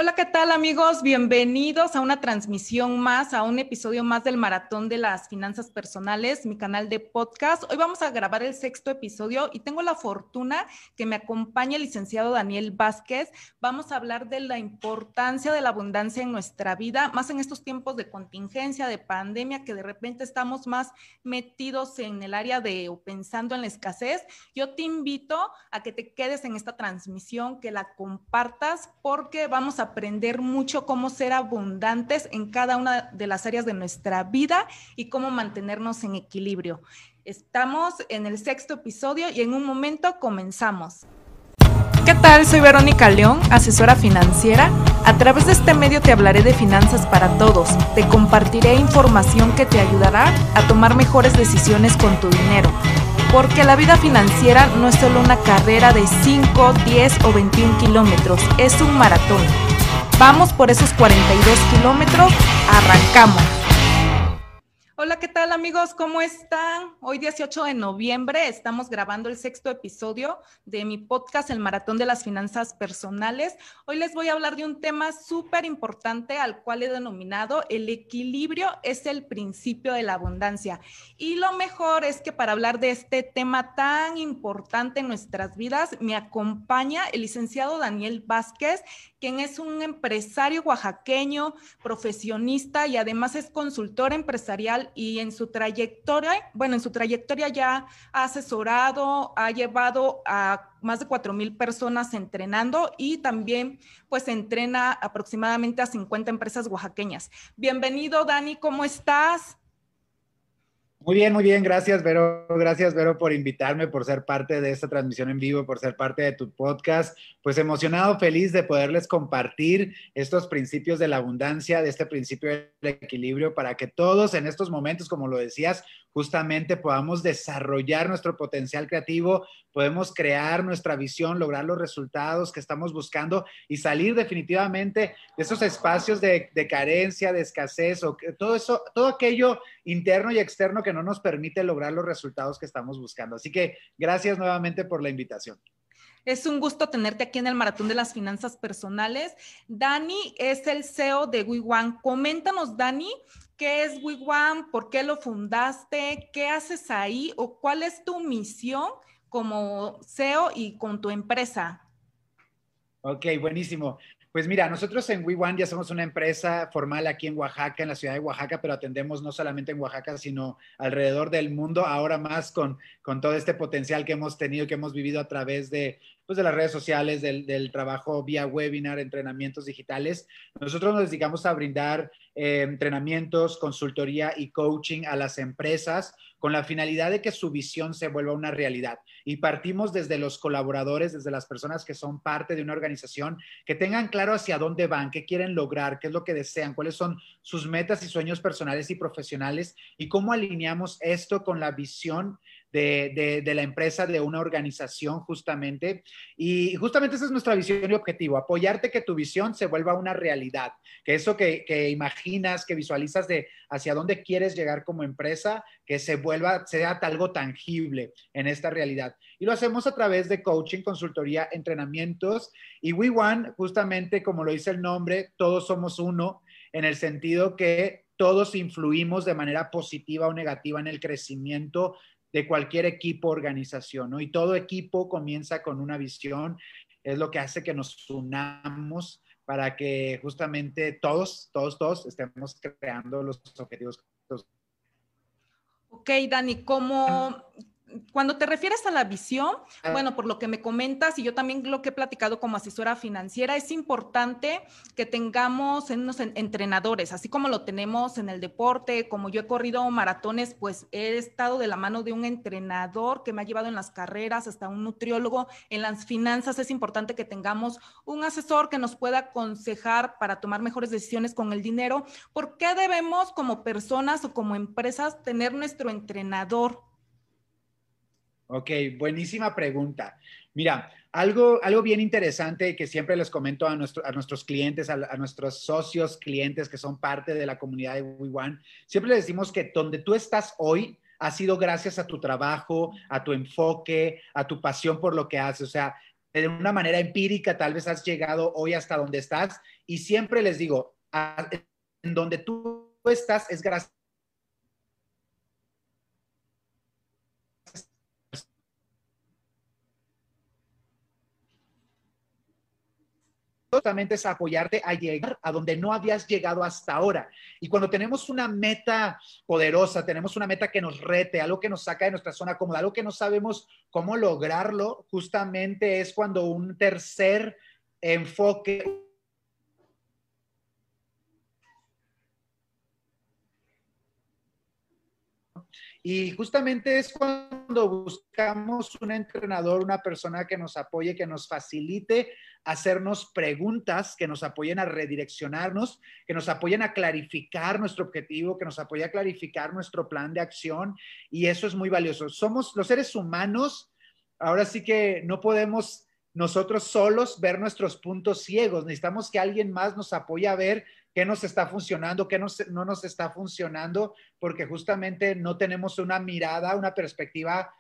Hola, ¿qué tal amigos? Bienvenidos a una transmisión más, a un episodio más del Maratón de las Finanzas Personales, mi canal de podcast. Hoy vamos a grabar el sexto episodio y tengo la fortuna que me acompañe el licenciado Daniel Vázquez. Vamos a hablar de la importancia de la abundancia en nuestra vida, más en estos tiempos de contingencia, de pandemia, que de repente estamos más metidos en el área de o pensando en la escasez. Yo te invito a que te quedes en esta transmisión, que la compartas, porque vamos a aprender mucho cómo ser abundantes en cada una de las áreas de nuestra vida y cómo mantenernos en equilibrio. Estamos en el sexto episodio y en un momento comenzamos. ¿Qué tal? Soy Verónica León, asesora financiera. A través de este medio te hablaré de finanzas para todos. Te compartiré información que te ayudará a tomar mejores decisiones con tu dinero. Porque la vida financiera no es solo una carrera de 5, 10 o 21 kilómetros, es un maratón. Vamos por esos 42 kilómetros, arrancamos. Hola, ¿qué tal amigos? ¿Cómo están? Hoy 18 de noviembre estamos grabando el sexto episodio de mi podcast, El Maratón de las Finanzas Personales. Hoy les voy a hablar de un tema súper importante al cual he denominado el equilibrio es el principio de la abundancia. Y lo mejor es que para hablar de este tema tan importante en nuestras vidas, me acompaña el licenciado Daniel Vázquez, quien es un empresario oaxaqueño, profesionista y además es consultor empresarial y en su trayectoria ya ha asesorado, ha llevado a más de 4,000 personas entrenando y también pues entrena aproximadamente a 50 empresas oaxaqueñas. Bienvenido, Dani, ¿cómo estás? Muy bien, gracias Vero por invitarme, por ser parte de esta transmisión en vivo, por ser parte de tu podcast. Pues emocionado, feliz de poderles compartir estos principios de la abundancia, de este principio del equilibrio, para que todos en estos momentos, como lo decías, justamente podamos desarrollar nuestro potencial creativo, podemos crear nuestra visión, lograr los resultados que estamos buscando y salir definitivamente de esos espacios de carencia, de escasez o todo eso, todo aquello interno y externo que no nos permite lograr los resultados que estamos buscando. Así que gracias nuevamente por la invitación. Es un gusto tenerte aquí en el Maratón de las Finanzas Personales. Dani es el CEO de WeOne. Coméntanos, Dani, ¿qué es WeOne? ¿Por qué lo fundaste? ¿Qué haces ahí? ¿O cuál es tu misión como CEO y con tu empresa? Ok, buenísimo. Pues mira, nosotros en WeOne ya somos una empresa formal aquí en Oaxaca, en la ciudad de Oaxaca, pero atendemos no solamente en Oaxaca, sino alrededor del mundo, ahora más con todo este potencial que hemos tenido, que hemos vivido a través pues de las redes sociales, del trabajo vía webinar, entrenamientos digitales. Nosotros nos dedicamos a brindar entrenamientos, consultoría y coaching a las empresas con la finalidad de que su visión se vuelva una realidad. Y partimos desde los colaboradores, desde las personas que son parte de una organización, que tengan claro hacia dónde van, qué quieren lograr, qué es lo que desean, cuáles son sus metas y sueños personales y profesionales y cómo alineamos esto con la visión de la empresa, de una organización justamente. Y justamente esa es nuestra visión y objetivo, apoyarte que tu visión se vuelva una realidad, que eso que imaginas, que visualizas de hacia dónde quieres llegar como empresa, que sea algo tangible en esta realidad. Y lo hacemos a través de coaching, consultoría, entrenamientos. Y WeOne, justamente como lo dice el nombre, todos somos uno, en el sentido que todos influimos de manera positiva o negativa en el crecimiento de cualquier equipo o organización, ¿no? Y todo equipo comienza con una visión, es lo que hace que nos unamos para que justamente todos estemos creando los objetivos. Ok, Dani, cuando te refieres a la visión, bueno, por lo que me comentas y yo también lo que he platicado como asesora financiera, es importante que tengamos unos entrenadores, así como lo tenemos en el deporte, como yo he corrido maratones, pues he estado de la mano de un entrenador que me ha llevado en las carreras, hasta un nutriólogo. En las finanzas es importante que tengamos un asesor que nos pueda aconsejar para tomar mejores decisiones con el dinero. ¿Por qué debemos como personas o como empresas tener nuestro entrenador? Ok, buenísima pregunta. Mira, algo bien interesante que siempre les comento a nuestros clientes, a nuestros socios clientes que son parte de la comunidad de WeOne, siempre les decimos que donde tú estás hoy ha sido gracias a tu trabajo, a tu enfoque, a tu pasión por lo que haces. O sea, de una manera empírica, tal vez has llegado hoy hasta donde estás, y siempre les digo, en donde tú estás es gracias justamente es apoyarte a llegar a donde no habías llegado hasta ahora. Y cuando tenemos una meta poderosa, tenemos una meta que nos rete, algo que nos saca de nuestra zona cómoda, algo que no sabemos cómo lograrlo, justamente es cuando un tercer enfoque y justamente es cuando buscamos un entrenador, una persona que nos apoye, que nos facilite hacernos preguntas, que nos apoyen a redireccionarnos, que nos apoyen a clarificar nuestro objetivo, que nos apoye a clarificar nuestro plan de acción. Y eso es muy valioso. Somos los seres humanos, ahora sí que no podemos nosotros solos ver nuestros puntos ciegos. Necesitamos que alguien más nos apoye a ver qué nos está funcionando, qué no nos está funcionando, porque justamente no tenemos una mirada, una perspectiva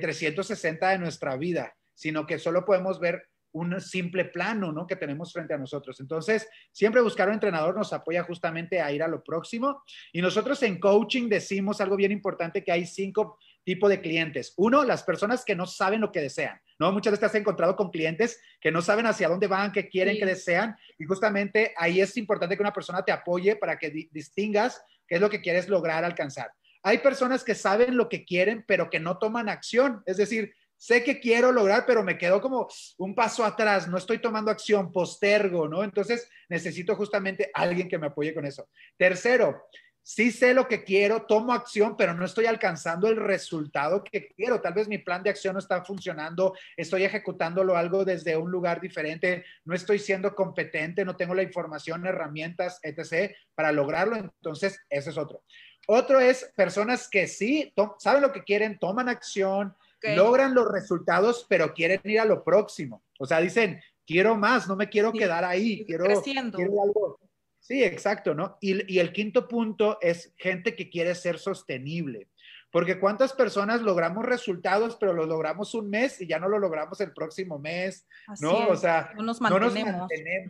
360 de nuestra vida, sino que solo podemos ver un simple plano, ¿no? Que tenemos frente a nosotros. Entonces, siempre buscar un entrenador nos apoya justamente a ir a lo próximo. Y nosotros en coaching decimos algo bien importante, que hay 5 tipos de clientes. Uno, las personas que no saben lo que desean, ¿no? Muchas veces te has encontrado con clientes que no saben hacia dónde van, qué quieren, qué desean, y justamente ahí es importante que una persona te apoye para que distingas qué es lo que quieres lograr alcanzar. Hay personas que saben lo que quieren, pero que no toman acción, es decir, sé que quiero lograr, pero me quedo como un paso atrás, no estoy tomando acción, postergo, ¿no? Entonces necesito justamente alguien que me apoye con eso. Tercero, sí sé lo que quiero, tomo acción, pero no estoy alcanzando el resultado que quiero. Tal vez mi plan de acción no está funcionando, estoy ejecutándolo algo desde un lugar diferente, no estoy siendo competente, no tengo la información, herramientas, etc. para lograrlo. Entonces, ese es otro. Otro es personas que sí saben lo que quieren, toman acción, logran los resultados, pero quieren ir a lo próximo. O sea, dicen, quiero más, no me quiero quedar ahí, quiero algo. Sí, exacto, ¿no? Y el quinto punto es gente que quiere ser sostenible. Porque cuántas personas logramos resultados, pero los logramos un mes y ya no lo logramos el próximo mes, ¿no? O sea, no nos no nos mantenemos,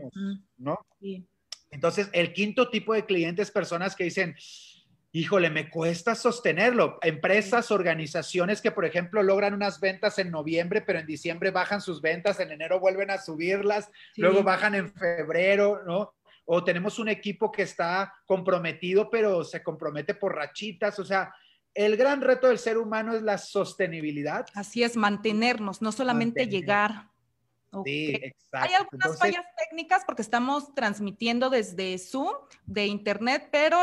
¿no? Sí. Entonces, el quinto tipo de clientes, personas que dicen, híjole, me cuesta sostenerlo. Empresas, organizaciones que, por ejemplo, logran unas ventas en noviembre, pero en diciembre bajan sus ventas, en enero vuelven a subirlas, luego bajan en febrero, ¿no? O tenemos un equipo que está comprometido, pero se compromete por rachitas. O sea, el gran reto del ser humano es la sostenibilidad. Así es, mantenernos, no solamente llegar. Sí, Okay. Hay exacto. algunas fallas técnicas porque estamos transmitiendo desde Zoom, de internet, pero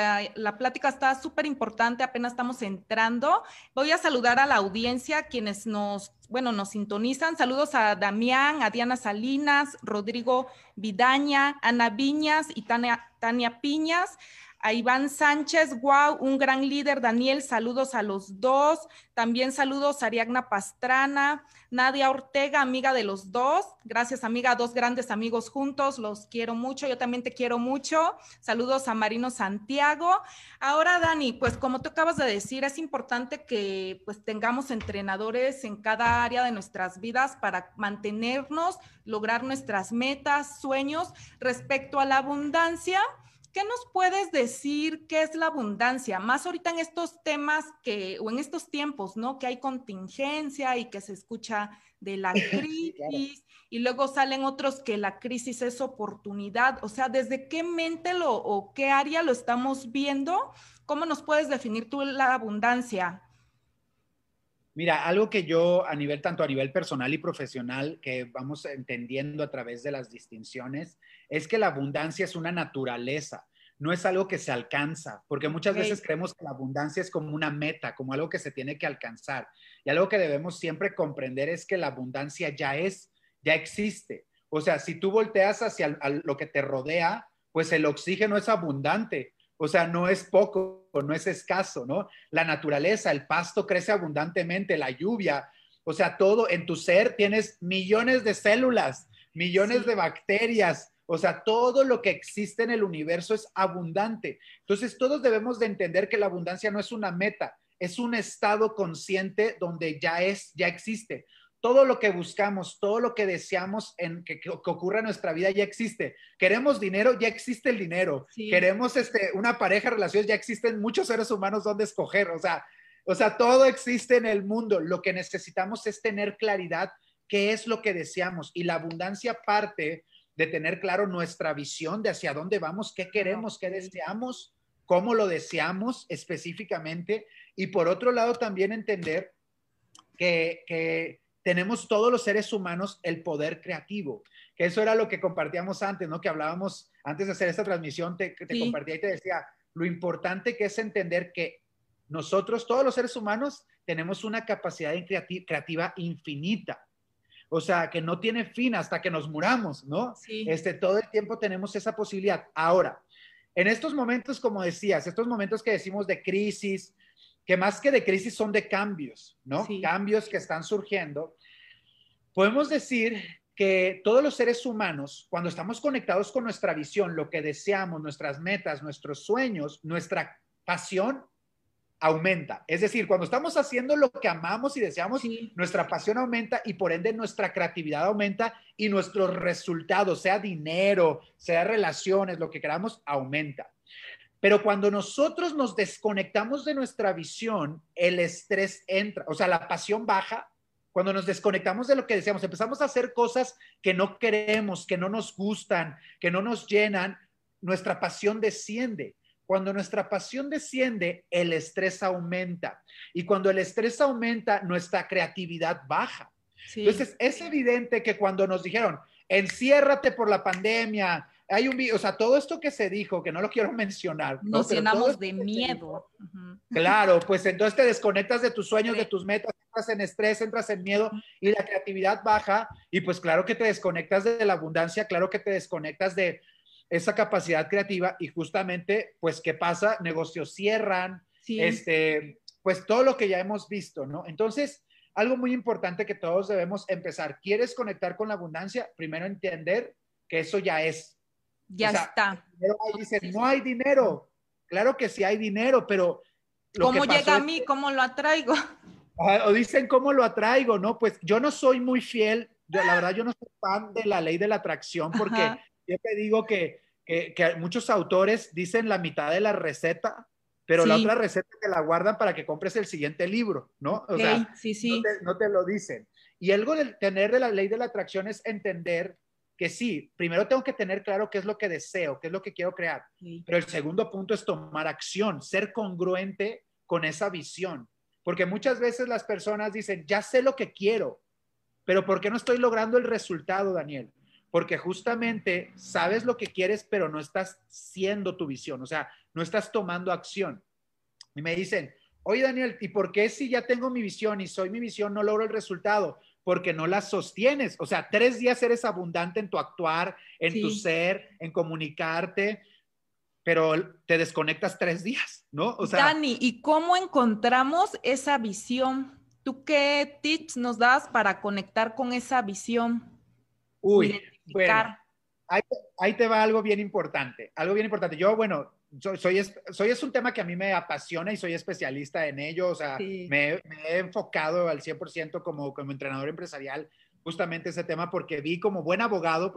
la plática está súper importante, apenas estamos entrando. Voy a saludar a la audiencia, quienes nos sintonizan. Saludos a Damián, a Diana Salinas, Rodrigo Vidaña, Ana Viñas y Tania Piñas. A Iván Sánchez, wow, un gran líder. Daniel, saludos a los dos. También saludos a Ariadna Pastrana, Nadia Ortega, amiga de los dos. Gracias, amiga, 2 grandes amigos juntos. Los quiero mucho. Yo también te quiero mucho. Saludos a Marino Santiago. Ahora, Dani, pues como tú acabas de decir, es importante que pues tengamos entrenadores en cada área de nuestras vidas para mantenernos, lograr nuestras metas, sueños. Respecto a la abundancia, ¿qué nos puedes decir qué es la abundancia? Más ahorita en estos temas o en estos tiempos, ¿no? Que hay contingencia y que se escucha de la crisis, sí, claro. Y luego salen otros que la crisis es oportunidad. O sea, ¿desde qué mente o qué área lo estamos viendo? ¿Cómo nos puedes definir tú la abundancia? Mira, algo que yo tanto a nivel personal y profesional, que vamos entendiendo a través de las distinciones, es que la abundancia es una naturaleza, no es algo que se alcanza, porque muchas veces creemos que la abundancia es como una meta, como algo que se tiene que alcanzar. Y algo que debemos siempre comprender es que la abundancia ya existe. O sea, si tú volteas hacia lo que te rodea, pues el oxígeno es abundante. O sea, no es poco, no es escaso, ¿no? La naturaleza, el pasto crece abundantemente, la lluvia, o sea, todo en tu ser tienes millones de células, millones de bacterias, o sea, todo lo que existe en el universo es abundante. Entonces, todos debemos de entender que la abundancia no es una meta, es un estado consciente donde ya existe. todo lo que buscamos, todo lo que deseamos que ocurra en nuestra vida ya existe. Queremos dinero, ya existe el dinero. Sí. Queremos una pareja, relaciones, ya existen muchos seres humanos donde escoger. O sea, todo existe en el mundo. Lo que necesitamos es tener claridad qué es lo que deseamos. Y la abundancia parte de tener claro nuestra visión de hacia dónde vamos, qué queremos, qué deseamos, cómo lo deseamos específicamente. Y por otro lado, también entender que tenemos todos los seres humanos el poder creativo, que eso era lo que compartíamos antes, ¿no? Que hablábamos antes de hacer esta transmisión, te compartía y te decía lo importante que es entender que nosotros, todos los seres humanos, tenemos una capacidad creativa infinita. O sea, que no tiene fin hasta que nos muramos, ¿no? Sí. Todo el tiempo tenemos esa posibilidad. Ahora, en estos momentos, como decías, estos momentos que decimos de crisis, que más que de crisis son de cambios, ¿no? Sí. Cambios que están surgiendo. Podemos decir que todos los seres humanos, cuando estamos conectados con nuestra visión, lo que deseamos, nuestras metas, nuestros sueños, nuestra pasión aumenta. Es decir, cuando estamos haciendo lo que amamos y deseamos, sí, nuestra pasión aumenta y por ende nuestra creatividad aumenta y nuestros resultados, sea dinero, sea relaciones, lo que queramos, aumenta. Pero cuando nosotros nos desconectamos de nuestra visión, el estrés entra, o sea, la pasión baja. Cuando nos desconectamos de lo que deseamos, empezamos a hacer cosas que no queremos, que no nos gustan, que no nos llenan, nuestra pasión desciende. Cuando nuestra pasión desciende, el estrés aumenta. Y cuando el estrés aumenta, nuestra creatividad baja. Sí. Entonces, es evidente que cuando nos dijeron, enciérrate por la pandemia, hay un video, o sea, todo esto que se dijo, que no lo quiero mencionar. Nos llenamos de miedo. Claro, pues entonces te desconectas de tus sueños, de tus metas, entras en estrés, entras en miedo y la creatividad baja y pues claro que te desconectas de la abundancia, claro que te desconectas de esa capacidad creativa y justamente, pues, ¿qué pasa? Negocios cierran, sí. Pues todo lo que ya hemos visto, ¿no? Entonces, algo muy importante que todos debemos empezar. ¿Quieres conectar con la abundancia? Primero entender que eso ya es. Ya está. Dicen, no hay dinero. Claro que sí hay dinero, pero... ¿Cómo llega a mí? ¿Cómo lo atraigo? O dicen, ¿cómo lo atraigo? ¿No? Pues yo no soy muy fiel. La verdad, yo no soy fan de la ley de la atracción porque... Ajá. Yo te digo que muchos autores dicen la mitad de la receta, pero sí. La otra receta te la guardan para que compres el siguiente libro, ¿no? O sea, sí. No te lo dicen. Y algo de tener de la ley de la atracción es entender que sí, primero tengo que tener claro qué es lo que deseo, qué es lo que quiero crear. Sí. Pero el segundo punto es tomar acción, ser congruente con esa visión. Porque muchas veces las personas dicen, ya sé lo que quiero, pero ¿por qué no estoy logrando el resultado, Daniel? Porque justamente sabes lo que quieres, pero no estás siendo tu visión, o sea, no estás tomando acción. Y me dicen, oye Daniel, ¿y por qué si ya tengo mi visión y soy mi visión no logro el resultado? Porque no la sostienes. O sea, 3 días eres abundante en tu actuar, en tu ser, en comunicarte, pero te desconectas 3 días, ¿no? O sea, Dani, ¿y cómo encontramos esa visión? ¿Tú qué tips nos das para conectar con esa visión? Uy, bueno, ahí te va algo bien importante. Algo bien importante. Yo, bueno, es un tema que a mí me apasiona y soy especialista en ello. O sea, sí. me he enfocado al 100% como entrenador empresarial justamente ese tema porque vi como buen abogado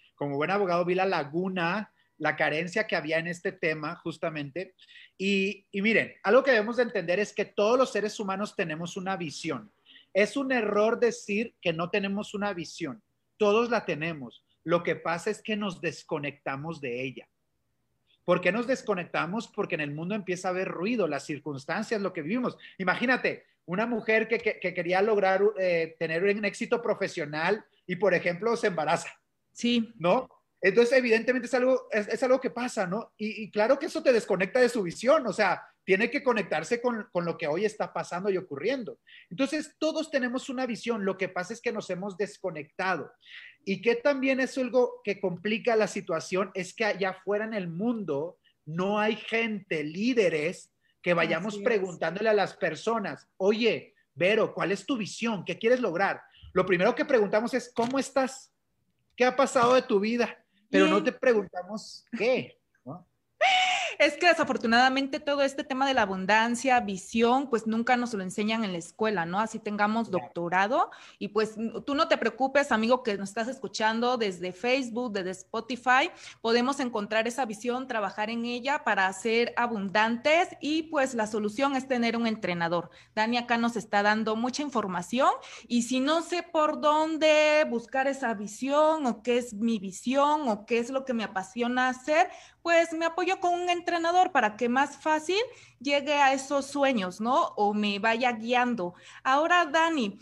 vi la laguna, la carencia que había en este tema justamente. Y miren, algo que debemos de entender es que todos los seres humanos tenemos una visión. Es un error decir que no tenemos una visión. Todos la tenemos. Lo que pasa es que nos desconectamos de ella. ¿Por qué nos desconectamos? Porque en el mundo empieza a haber ruido, las circunstancias, lo que vivimos. Imagínate, una mujer que quería lograr tener un éxito profesional y, por ejemplo, se embaraza. Sí. ¿No? Entonces, evidentemente es algo que pasa, ¿no? Y claro que eso te desconecta de su visión, o sea, tiene que conectarse con lo que hoy está pasando y ocurriendo. Entonces, todos tenemos una visión, lo que pasa es que nos hemos desconectado. Y que también es algo que complica la situación, es que allá afuera en el mundo no hay gente, líderes, que vayamos preguntándole a las personas, oye, Vero, ¿cuál es tu visión? ¿Qué quieres lograr? Lo primero que preguntamos es, ¿cómo estás? ¿Qué ha pasado de tu vida? Pero no te preguntamos qué, ¿no? Es que desafortunadamente todo este tema de la abundancia, visión, pues nunca nos lo enseñan en la escuela, ¿no? Así tengamos doctorado y pues tú no te preocupes, amigo, que nos estás escuchando desde Facebook, desde Spotify, podemos encontrar esa visión, trabajar en ella para ser abundantes y pues la solución es tener un entrenador. Dani acá nos está dando mucha información y si no sé por dónde buscar esa visión o qué es mi visión o qué es lo que me apasiona hacer, pues me apoyo con un entrenador para que más fácil llegue a esos sueños, ¿no? O me vaya guiando. Ahora, Dani,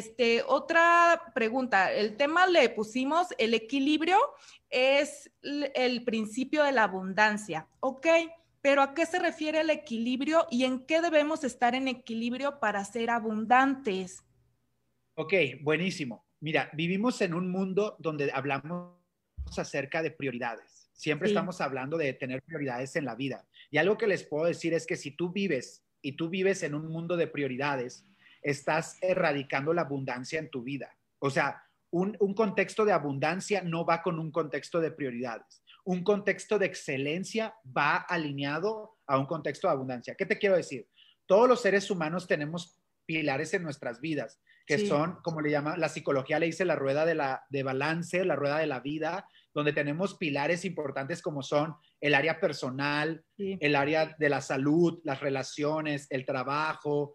otra pregunta. El tema le pusimos el equilibrio es el principio de la abundancia, ¿ok? Pero ¿a qué se refiere el equilibrio y en qué debemos estar en equilibrio para ser abundantes? Ok, buenísimo. Mira, vivimos en un mundo donde hablamos acerca de prioridades. Siempre Sí, estamos hablando de tener prioridades en la vida. Y algo que les puedo decir es que si tú vives y tú vives en un mundo de prioridades, estás erradicando la abundancia en tu vida. O sea, un contexto de abundancia no va con un contexto de prioridades. Un contexto de excelencia va alineado a un contexto de abundancia. ¿Qué te quiero decir? Todos los seres humanos tenemos pilares en nuestras vidas, que sí, son, como le llama, la psicología le dice la rueda de balance, la rueda de la vida, donde tenemos pilares importantes como son el área personal, sí, el área de la salud, las relaciones, el trabajo,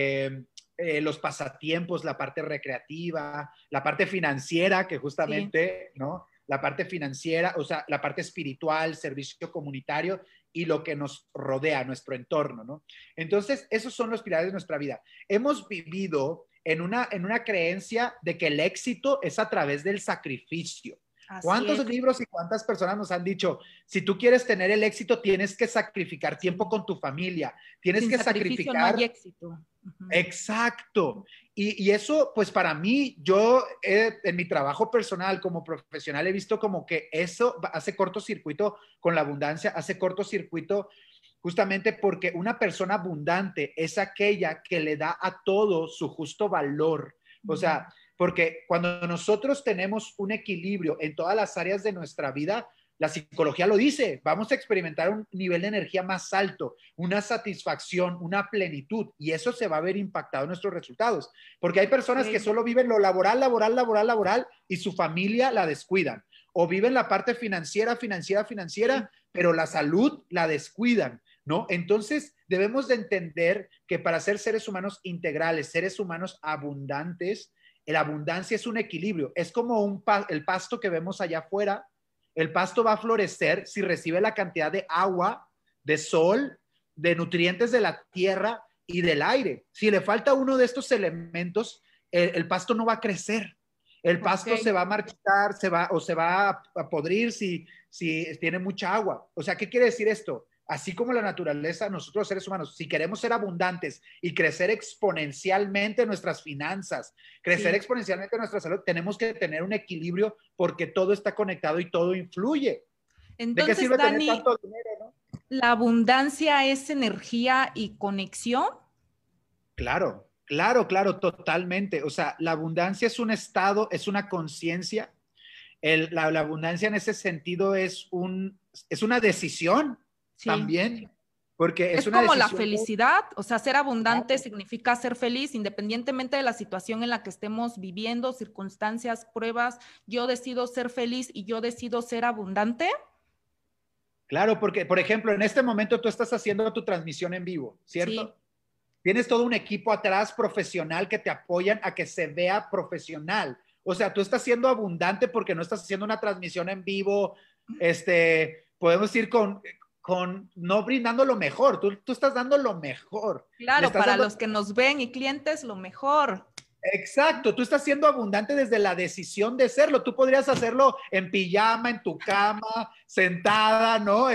los pasatiempos, la parte recreativa, la parte financiera, que sí. justamente, ¿no? La parte financiera, o sea, la parte espiritual, servicio comunitario y lo que nos rodea, nuestro entorno, ¿no? Entonces, esos son los pilares de nuestra vida. Hemos vivido en una creencia de que el éxito es a través del sacrificio. Así ¿Cuántos es. libros y cuántas personas nos han dicho, si tú quieres tener el éxito, tienes que sacrificar tiempo Sí. con tu familia, tienes Sin que sacrificio no hay sacrificar. éxito. Ujú. Exacto. Y eso, pues para mí, yo en mi trabajo personal como profesional he visto como que eso hace cortocircuito con la abundancia, hace cortocircuito justamente porque una persona abundante es aquella que le da a todo su justo valor. O sea, porque cuando nosotros tenemos un equilibrio en todas las áreas de nuestra vida, la psicología lo dice, vamos a experimentar un nivel de energía más alto, una satisfacción, una plenitud, y eso se va a ver impactado en nuestros resultados, porque hay personas que Ok. solo viven lo laboral, laboral, laboral, laboral, y su familia la descuidan, o viven la parte financiera, financiera, financiera, Sí. pero la salud la descuidan, ¿no? Entonces, debemos de entender que para ser seres humanos integrales, seres humanos abundantes, la abundancia es un equilibrio, es como el pasto que vemos allá afuera. El pasto va a florecer si recibe la cantidad de agua, de sol, de nutrientes de la tierra y del aire. Si le falta uno de estos elementos, el pasto no va a crecer. El Ok. pasto se va a marchitar, se va a podrir si tiene mucha agua. O sea, ¿qué quiere decir esto? Así como la naturaleza, nosotros los seres humanos, si queremos ser abundantes y crecer exponencialmente nuestras finanzas, crecer Sí. exponencialmente nuestra salud, tenemos que tener un equilibrio porque todo está conectado y todo influye. ¿De qué Entonces, sirve tener Dani, tanto dinero, no? ¿la abundancia es energía y conexión? Claro, claro, claro, totalmente. O sea, la abundancia es un estado, es una conciencia. La abundancia en ese sentido es una decisión Sí. también, porque es Es una como la decisión. felicidad, o sea, ser abundante Claro, significa ser feliz independientemente de la situación en la que estemos viviendo, circunstancias, pruebas. Yo decido ser feliz y yo decido ser abundante. claro, porque, por ejemplo, en este momento tú estás haciendo tu transmisión en vivo, Sí, ¿cierto? Tienes todo un equipo atrás profesional que te apoyan a que se vea profesional. O sea, tú estás siendo abundante porque no estás haciendo una transmisión en vivo, podemos ir con no brindando lo mejor, tú estás dando lo mejor, le claro, estás para dando. los que nos ven y clientes, lo mejor. Exacto, tú estás siendo abundante desde la decisión de serlo. Tú podrías hacerlo en pijama, en tu cama, sentada, ¿no?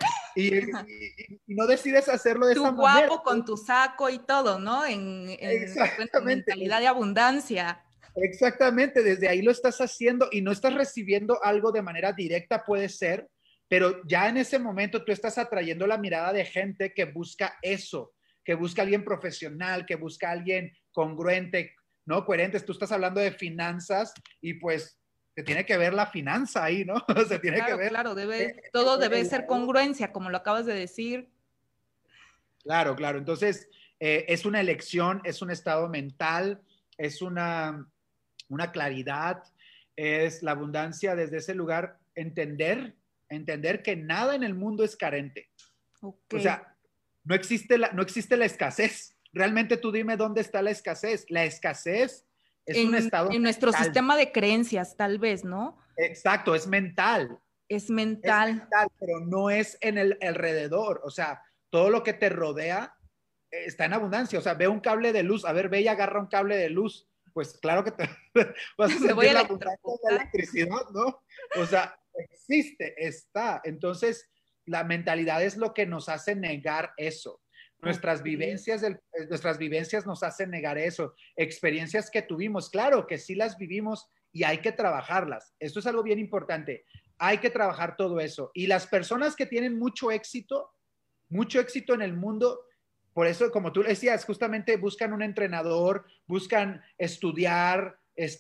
Y no decides hacerlo de esa Tú manera. guapo con tu saco y todo, ¿no? En tu Exactamente. mentalidad de abundancia. Exactamente, desde ahí lo estás haciendo y no estás recibiendo algo de manera directa, puede ser, pero ya en ese momento tú estás atrayendo la mirada de gente que busca eso, que busca a alguien profesional, que busca a alguien congruente, ¿no? Coherentes. Tú estás hablando de finanzas y pues se tiene que ver la finanza ahí, ¿no? Se tiene claro, que ver. claro, todo debe ser congruencia, como lo acabas de decir. Claro, claro. Entonces, es una elección, es un estado mental, es una claridad, es la abundancia desde ese lugar, entender que nada en el mundo es carente. Okay. O sea, no existe la escasez. Realmente tú dime dónde está la escasez. La escasez es un estado en nuestro sistema de creencias, tal vez, ¿no? Exacto, es mental. Es mental. Es mental, pero no es en el alrededor. O sea, todo lo que te rodea está en abundancia. O sea, ve un cable de luz. A ver, ve y agarra un cable de luz. Pues claro que te vas a sentir la abundancia de electricidad, ¿no? O sea, existe, está. Entonces, la mentalidad es lo que nos hace negar eso. Nuestras vivencias nos hacen negar eso. Experiencias que tuvimos, claro que sí las vivimos y hay que trabajarlas. Esto es algo bien importante. Hay que trabajar todo eso. Y las personas que tienen mucho éxito en el mundo, por eso, como tú decías, justamente buscan un entrenador, buscan estudiar,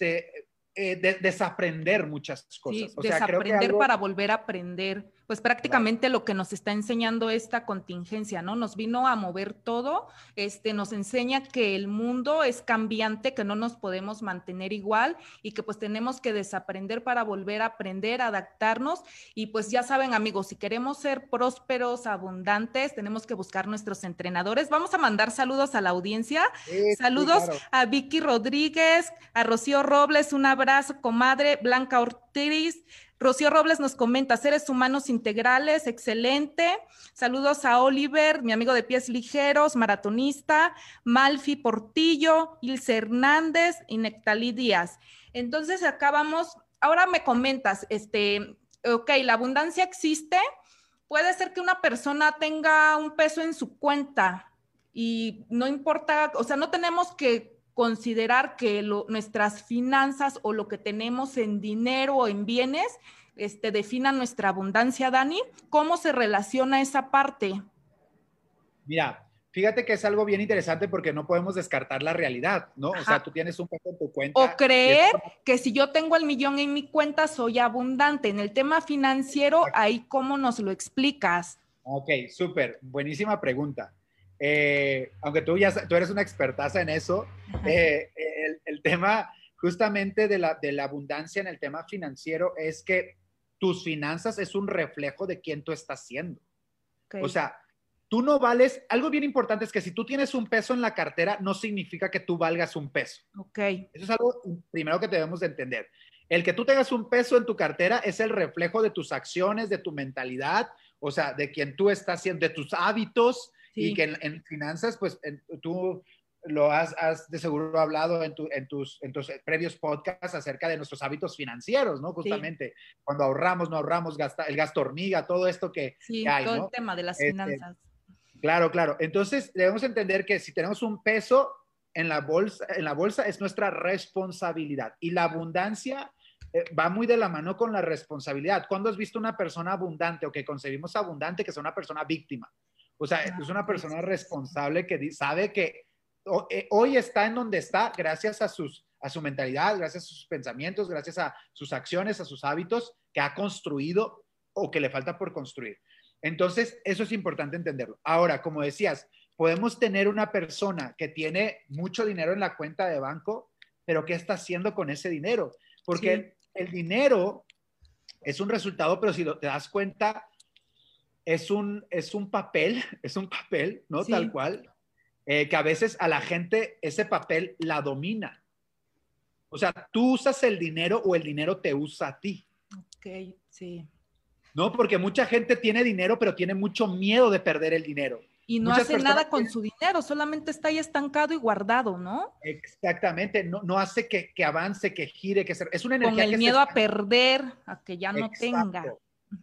desaprender muchas cosas. Sí, o sea, desaprender creo que para volver a aprender. Pues prácticamente lo que nos está enseñando esta contingencia, ¿no? Nos vino a mover todo, nos enseña que el mundo es cambiante, que no nos podemos mantener igual y que pues tenemos que desaprender para volver a aprender, adaptarnos. Y pues ya saben, amigos, si queremos ser prósperos, abundantes, tenemos que buscar nuestros entrenadores. Vamos a mandar saludos a la audiencia. Saludos, sí, claro, a Vicky Rodríguez, a Rocío Robles, un abrazo, comadre. Blanca Ortiz, Rocío Robles nos comenta, seres humanos integrales, excelente. Saludos a Oliver, mi amigo de pies ligeros, maratonista, Malfi Portillo, Ilse Hernández y Nectalí Díaz. Entonces acá vamos, ahora me comentas, ok, la abundancia existe, puede ser que una persona tenga un peso en su cuenta y no importa, o sea, no tenemos que considerar que nuestras finanzas o lo que tenemos en dinero o en bienes definan nuestra abundancia, Dani. ¿Cómo se relaciona esa parte? Mira, fíjate que es algo bien interesante porque no podemos descartar la realidad, ¿no? Ajá. O sea, tú tienes un peso en tu cuenta. O creer que si yo tengo el millón en mi cuenta soy abundante. En el tema financiero, ahí cómo nos lo explicas. Ok, súper, buenísima pregunta. Aunque tú eres una expertaza en eso, el tema justamente de la abundancia en el tema financiero es que tus finanzas es un reflejo de quién tú estás siendo. Okay. O sea, tú no vales, algo bien importante es que si tú tienes un peso en la cartera, no significa que tú valgas un peso. Ok. Eso es algo primero que debemos de entender. El que tú tengas un peso en tu cartera es el reflejo de tus acciones, de tu mentalidad, o sea, de quien tú estás siendo, de tus hábitos, sí. Y que en finanzas, pues tú lo has de seguro hablado en tus previos podcasts acerca de nuestros hábitos financieros, ¿no? Justamente, sí. Cuando ahorramos, no ahorramos, el gasto hormiga, todo esto que hay, todo, ¿no? El tema de las finanzas. Claro, claro. Entonces, debemos entender que si tenemos un peso en la bolsa es nuestra responsabilidad. Y la abundancia va muy de la mano con la responsabilidad. ¿Cuándo has visto una persona abundante o que concebimos abundante que sea una persona víctima? O sea, es una persona responsable que sabe que hoy está en donde está gracias a su mentalidad, gracias a sus pensamientos, gracias a sus acciones, a sus hábitos que ha construido o que le falta por construir. Entonces, eso es importante entenderlo. Ahora, como decías, podemos tener una persona que tiene mucho dinero en la cuenta de banco, pero ¿qué está haciendo con ese dinero? Porque sí. El dinero es un resultado, pero si te das cuenta, es un papel, ¿no? Sí. Tal cual, que a veces a la gente ese papel la domina. O sea, tú usas el dinero o el dinero te usa a ti. Ok, sí. No, porque mucha gente tiene dinero, pero tiene mucho miedo de perder el dinero. Y no hace nada con su dinero, solamente está ahí estancado y guardado, ¿no? Exactamente, no hace que avance, que gire, es una energía que con el miedo a perder, a que ya no tenga.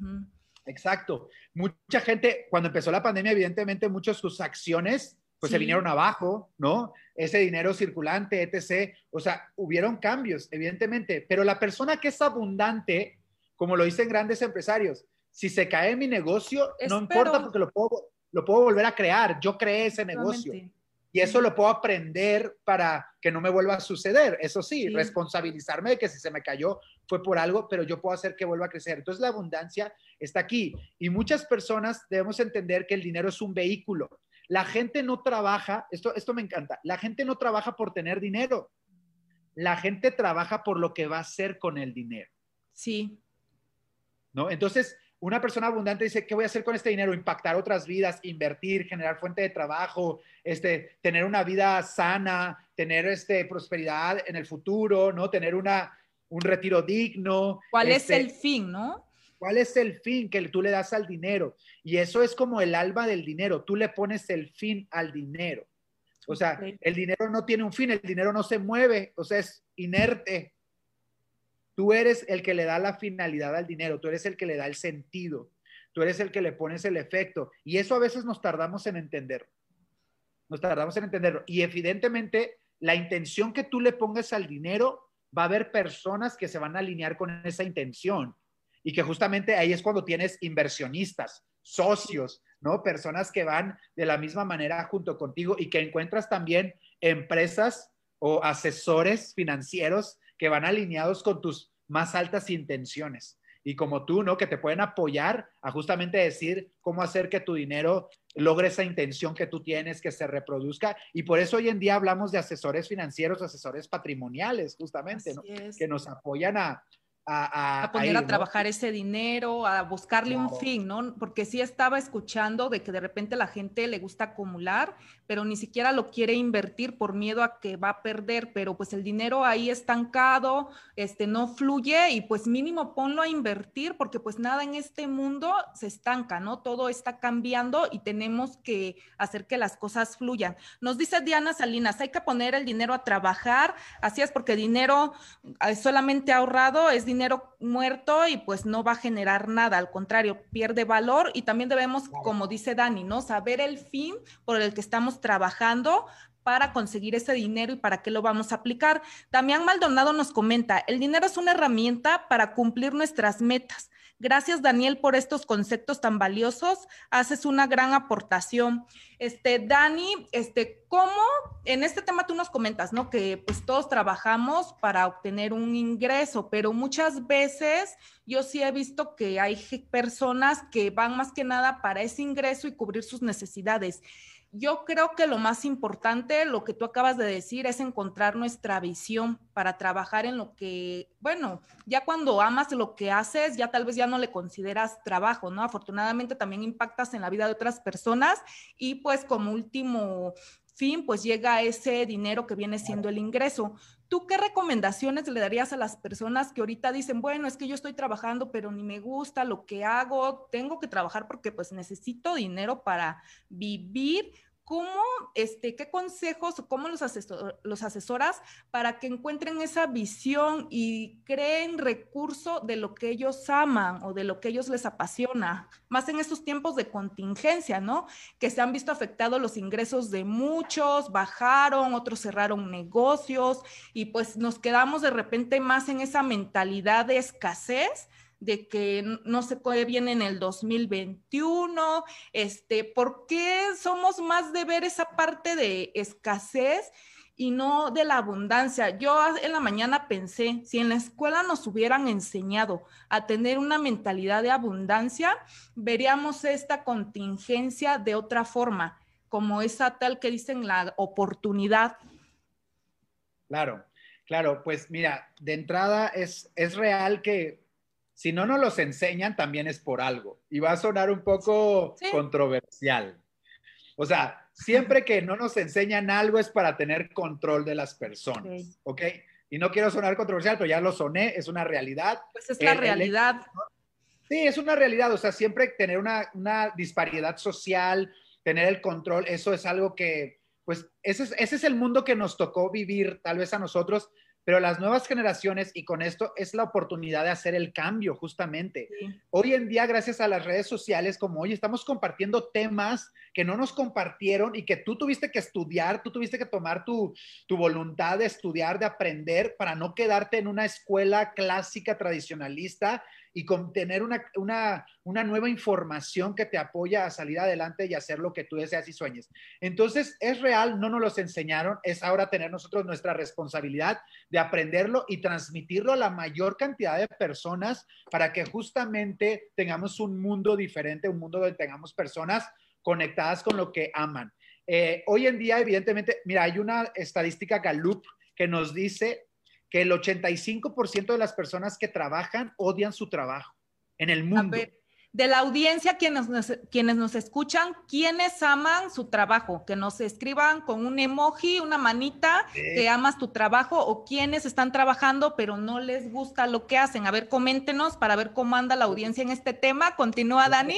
Exacto. Mucha gente, cuando empezó la pandemia, evidentemente, muchas de sus acciones, pues se vinieron abajo, ¿no? Ese dinero circulante, etc. O sea, hubieron cambios, evidentemente, pero la persona que es abundante, como lo dicen grandes empresarios, si se cae mi negocio, no importa porque lo puedo volver a crear. Yo creé ese negocio. Y eso lo puedo aprender para que no me vuelva a suceder. Eso sí, responsabilizarme de que si se me cayó fue por algo, pero yo puedo hacer que vuelva a crecer. Entonces la abundancia está aquí. Y muchas personas debemos entender que el dinero es un vehículo. La gente no trabaja, esto me encanta, la gente no trabaja por tener dinero. La gente trabaja por lo que va a hacer con el dinero. Sí. ¿No? Entonces, una persona abundante dice, ¿qué voy a hacer con este dinero? Impactar otras vidas, invertir, generar fuente de trabajo, tener una vida sana, tener prosperidad en el futuro, ¿no? Tener un retiro digno. ¿Cuál es el fin, no? ¿Cuál es el fin que tú le das al dinero? Y eso es como el alma del dinero. Tú le pones el fin al dinero. O sea, el dinero no tiene un fin, el dinero no se mueve, o sea, es inerte. Tú eres el que le da la finalidad al dinero, tú eres el que le da el sentido, tú eres el que le pones el efecto. Y eso a veces nos tardamos en entenderlo. Nos tardamos en entenderlo. Y evidentemente, la intención que tú le pongas al dinero, va a haber personas que se van a alinear con esa intención. Y que justamente ahí es cuando tienes inversionistas, socios, ¿no? Personas que van de la misma manera junto contigo y que encuentras también empresas o asesores financieros que van alineados con tus más altas intenciones. Y como tú, ¿no? Que te pueden apoyar a justamente decir cómo hacer que tu dinero logre esa intención que tú tienes, que se reproduzca. Y por eso hoy en día hablamos de asesores financieros, asesores patrimoniales, justamente, ¿no? Que nos apoyan a poner ir, a trabajar, ¿no? Ese dinero, a buscarle un fin, ¿no? Porque sí estaba escuchando de que de repente la gente le gusta acumular, pero ni siquiera lo quiere invertir por miedo a que va a perder, pero pues el dinero ahí estancado, no fluye y pues mínimo ponlo a invertir porque pues nada en este mundo se estanca, ¿no? Todo está cambiando y tenemos que hacer que las cosas fluyan. Nos dice Diana Salinas, hay que poner el dinero a trabajar, así es porque dinero solamente ahorrado es dinero muerto y pues no va a generar nada, al contrario, pierde valor y también debemos, como dice Dani, ¿no? Saber el fin por el que estamos trabajando para conseguir ese dinero y para qué lo vamos a aplicar. Damián Maldonado nos comenta, el dinero es una herramienta para cumplir nuestras metas. Gracias, Daniel, por estos conceptos tan valiosos. Haces una gran aportación. Dani, ¿cómo en este tema tú nos comentas, ¿no? Que pues todos trabajamos para obtener un ingreso, pero muchas veces yo sí he visto que hay personas que van más que nada para ese ingreso y cubrir sus necesidades. Yo creo que lo más importante, lo que tú acabas de decir, es encontrar nuestra visión para trabajar en lo que, bueno, ya cuando amas lo que haces, ya tal vez ya no le consideras trabajo, ¿no? Afortunadamente también impactas en la vida de otras personas y pues como último fin, pues llega ese dinero que viene siendo el ingreso. ¿Tú qué recomendaciones le darías a las personas que ahorita dicen, bueno, es que yo estoy trabajando, pero ni me gusta lo que hago, tengo que trabajar porque pues necesito dinero para vivir? ¿Cómo, qué consejos o cómo los asesoras para que encuentren esa visión y creen recurso de lo que ellos aman o de lo que ellos les apasiona? Más en estos tiempos de contingencia, ¿no? Que se han visto afectados los ingresos de muchos, bajaron, otros cerraron negocios y pues nos quedamos de repente más en esa mentalidad de escasez, de que no sé qué viene en el 2021, ¿por qué somos más de ver esa parte de escasez y no de la abundancia? Yo en la mañana pensé, si en la escuela nos hubieran enseñado a tener una mentalidad de abundancia, veríamos esta contingencia de otra forma, como esa tal que dicen la oportunidad. Claro, claro, pues mira, de entrada es real que si no nos los enseñan también es por algo y va a sonar un poco controversial. O sea, siempre que no nos enseñan algo es para tener control de las personas, ¿ok? Y no quiero sonar controversial, pero ya lo soné, es una realidad. Pues es la realidad. Sí, es una realidad, o sea, siempre tener una disparidad social, tener el control, eso es algo que, pues, ese es el mundo que nos tocó vivir tal vez a nosotros, pero las nuevas generaciones, y con esto es la oportunidad de hacer el cambio justamente. Sí. Hoy en día, gracias a las redes sociales, como hoy estamos compartiendo temas que no nos compartieron y que tú tuviste que estudiar, tú tuviste que tomar tu voluntad de estudiar, de aprender, para no quedarte en una escuela clásica tradicionalista y con tener una nueva información que te apoya a salir adelante y hacer lo que tú deseas y sueñes. Entonces, es real, no nos los enseñaron, es ahora tener nosotros nuestra responsabilidad de aprenderlo y transmitirlo a la mayor cantidad de personas para que justamente tengamos un mundo diferente, un mundo donde tengamos personas conectadas con lo que aman. Hoy en día, evidentemente, mira, hay una estadística Gallup que nos dice que el 85% de las personas que trabajan odian su trabajo en el mundo. A ver, de la audiencia, quienes nos escuchan, ¿quiénes aman su trabajo? Que nos escriban con un emoji, una manita, que amas tu trabajo, o quienes están trabajando pero no les gusta lo que hacen. A ver, coméntenos para ver cómo anda la audiencia en este tema. Continúa, Dani.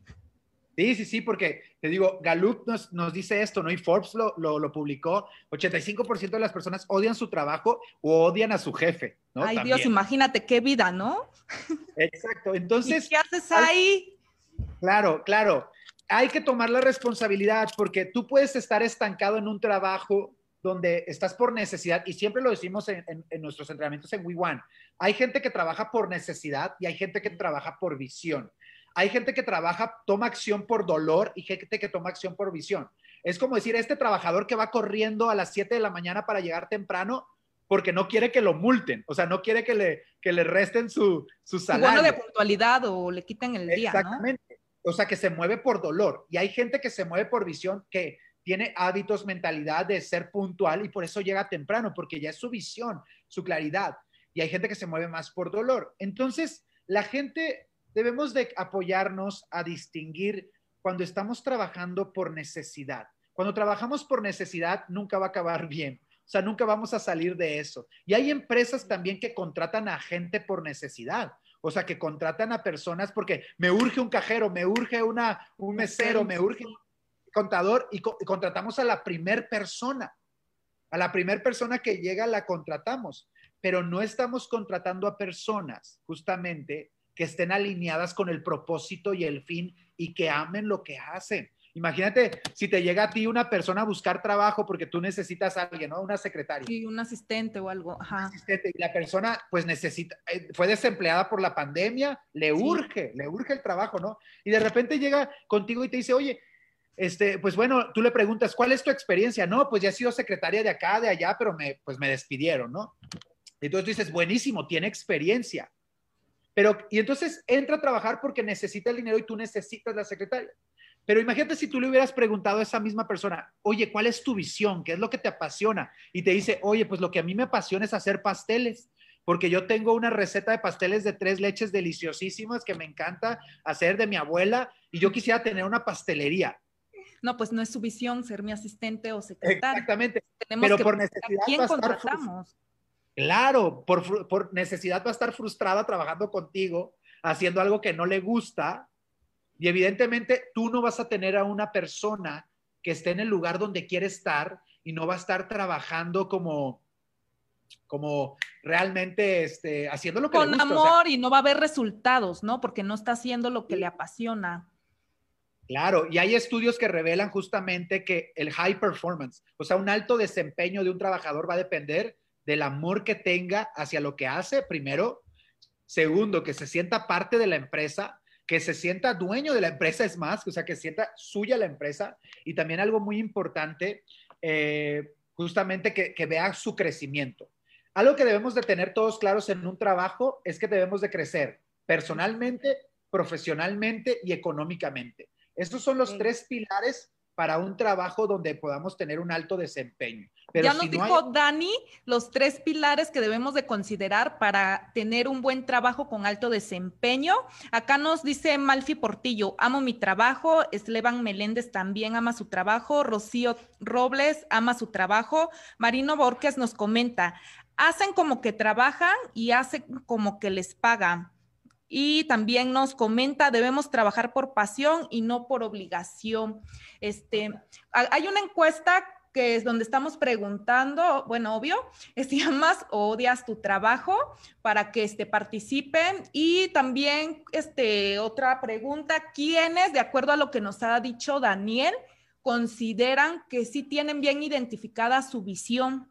Sí, porque te digo, Gallup nos dice esto, ¿no? Y Forbes lo publicó, 85% de las personas odian su trabajo o odian a su jefe, ¿no? Ay, También. Dios, imagínate qué vida, ¿no? Exacto, entonces... ¿Y qué haces ahí? Claro. Hay que tomar la responsabilidad porque tú puedes estar estancado en un trabajo donde estás por necesidad, y siempre lo decimos en nuestros entrenamientos en WeOne. Hay gente que trabaja por necesidad y hay gente que trabaja por visión. Hay gente que toma acción por dolor y gente que toma acción por visión. Es como decir, este trabajador que va corriendo a las 7 de la mañana para llegar temprano porque no quiere que lo multen, o sea, no quiere que le resten su salario. Su bono de puntualidad o le quiten el día, ¿no? Exactamente. O sea, que se mueve por dolor. Y hay gente que se mueve por visión, que tiene hábitos, mentalidad de ser puntual y por eso llega temprano, porque ya es su visión, su claridad. Y hay gente que se mueve más por dolor. Entonces, la gente... debemos de apoyarnos a distinguir cuando estamos trabajando por necesidad. Cuando trabajamos por necesidad, nunca va a acabar bien. O sea, nunca vamos a salir de eso. Y hay empresas también que contratan a gente por necesidad. O sea, que contratan a personas porque me urge un cajero, me urge un mesero, me urge un contador, y contratamos a la primer persona. A la primer persona que llega la contratamos. Pero no estamos contratando a personas, justamente, que estén alineadas con el propósito y el fin y que amen lo que hacen. Imagínate si te llega a ti una persona a buscar trabajo porque tú necesitas a alguien, ¿no? Una secretaria. Sí, un asistente o algo. Ajá. Un asistente, y la persona pues necesita, fue desempleada por la pandemia, le urge el trabajo, ¿no? Y de repente llega contigo y te dice, oye, pues bueno, tú le preguntas, ¿cuál es tu experiencia? No, pues ya he sido secretaria de acá, de allá, pero me despidieron, ¿no? Entonces tú dices, buenísimo, tiene experiencia. Y entonces entra a trabajar porque necesita el dinero y tú necesitas la secretaria. Pero imagínate si tú le hubieras preguntado a esa misma persona, oye, ¿cuál es tu visión? ¿Qué es lo que te apasiona? Y te dice, oye, pues lo que a mí me apasiona es hacer pasteles, porque yo tengo una receta de pasteles de 3 leches deliciosísimas que me encanta hacer de mi abuela y yo quisiera tener una pastelería. No, pues no es su visión ser mi asistente o secretaria. Exactamente. Tenemos pero que por necesidad ¿a quién va a estar contratamos? Claro, por necesidad va a estar frustrada trabajando contigo, haciendo algo que no le gusta, y evidentemente tú no vas a tener a una persona que esté en el lugar donde quiere estar y no va a estar trabajando como realmente haciendo lo que le gusta. Con amor, y no va a haber resultados, ¿no? Porque no está haciendo lo que le apasiona. Claro, y hay estudios que revelan justamente que el high performance, o sea, un alto desempeño de un trabajador va a depender del amor que tenga hacia lo que hace, primero. Segundo, que se sienta parte de la empresa, que se sienta dueño de la empresa, es más, o sea, que sienta suya la empresa. Y también algo muy importante, justamente que vea su crecimiento. Algo que debemos de tener todos claros en un trabajo es que debemos de crecer personalmente, profesionalmente y económicamente. Estos son los 3 pilares para un trabajo donde podamos tener un alto desempeño. Pero ya nos dijo Dani los 3 pilares que debemos de considerar para tener un buen trabajo con alto desempeño. Acá nos dice Malfi Portillo, amo mi trabajo. Esteban Meléndez también ama su trabajo. Rocío Robles ama su trabajo. Marino Borges nos comenta, hacen como que trabajan y hacen como que les pagan. Y también nos comenta, debemos trabajar por pasión y no por obligación. Hay una encuesta que es donde estamos preguntando, bueno, obvio, si amas o odias tu trabajo, para que participen. Y también otra pregunta, ¿quiénes, de acuerdo a lo que nos ha dicho Daniel, consideran que sí tienen bien identificada su visión